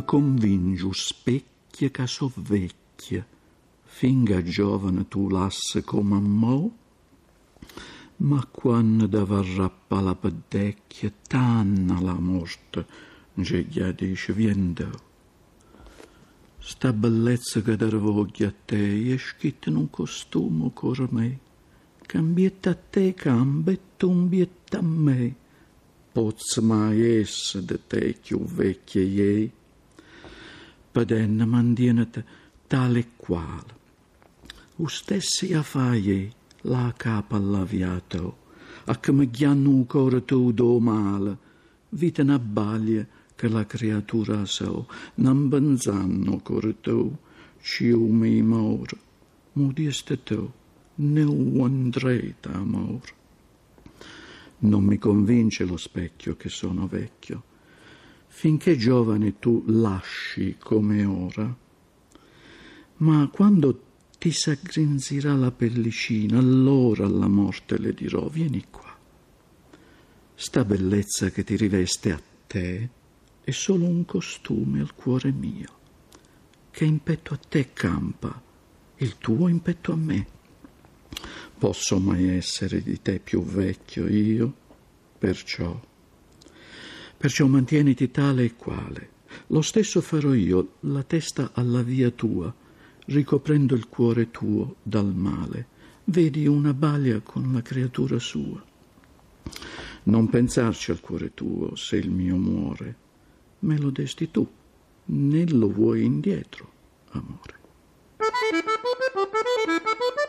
convingiu specchia che so vecchia, finga giovane tu lasse come a mo', ma quando da varrappa la pedecchia, tanna la morte, già gli dice viendò. Sta bellezza che dar voglia a te è scritta in un costume cor me, cambietta a te cambia e tombietta a me, pozza mai esse de te più vecchia ei, padenna mantienete tale e quale, o stessi a fai la capa allaviato, a che mi chianno ancora tu do male, vita na baglia che la creatura so, non pensando ancora tu, ci mi mor, mudiste tu, ne andrei d'amore. Non mi convince lo specchio che sono vecchio, finché giovane tu lasci come ora, ma quando ti s'aggrinzirà la pellicina, allora alla morte le dirò, vieni qua. Sta bellezza che ti riveste a te è solo un costume al cuore mio, che in petto a te campa, il tuo in petto a me. Posso mai essere di te più vecchio io? Perciò mantieniti tale e quale. Lo stesso farò io, la testa alla via tua, ricoprendo il cuore tuo dal male. Vedi una balia con la creatura sua. Non pensarci al cuore tuo se il mio muore, me lo desti tu, né lo vuoi indietro, amore.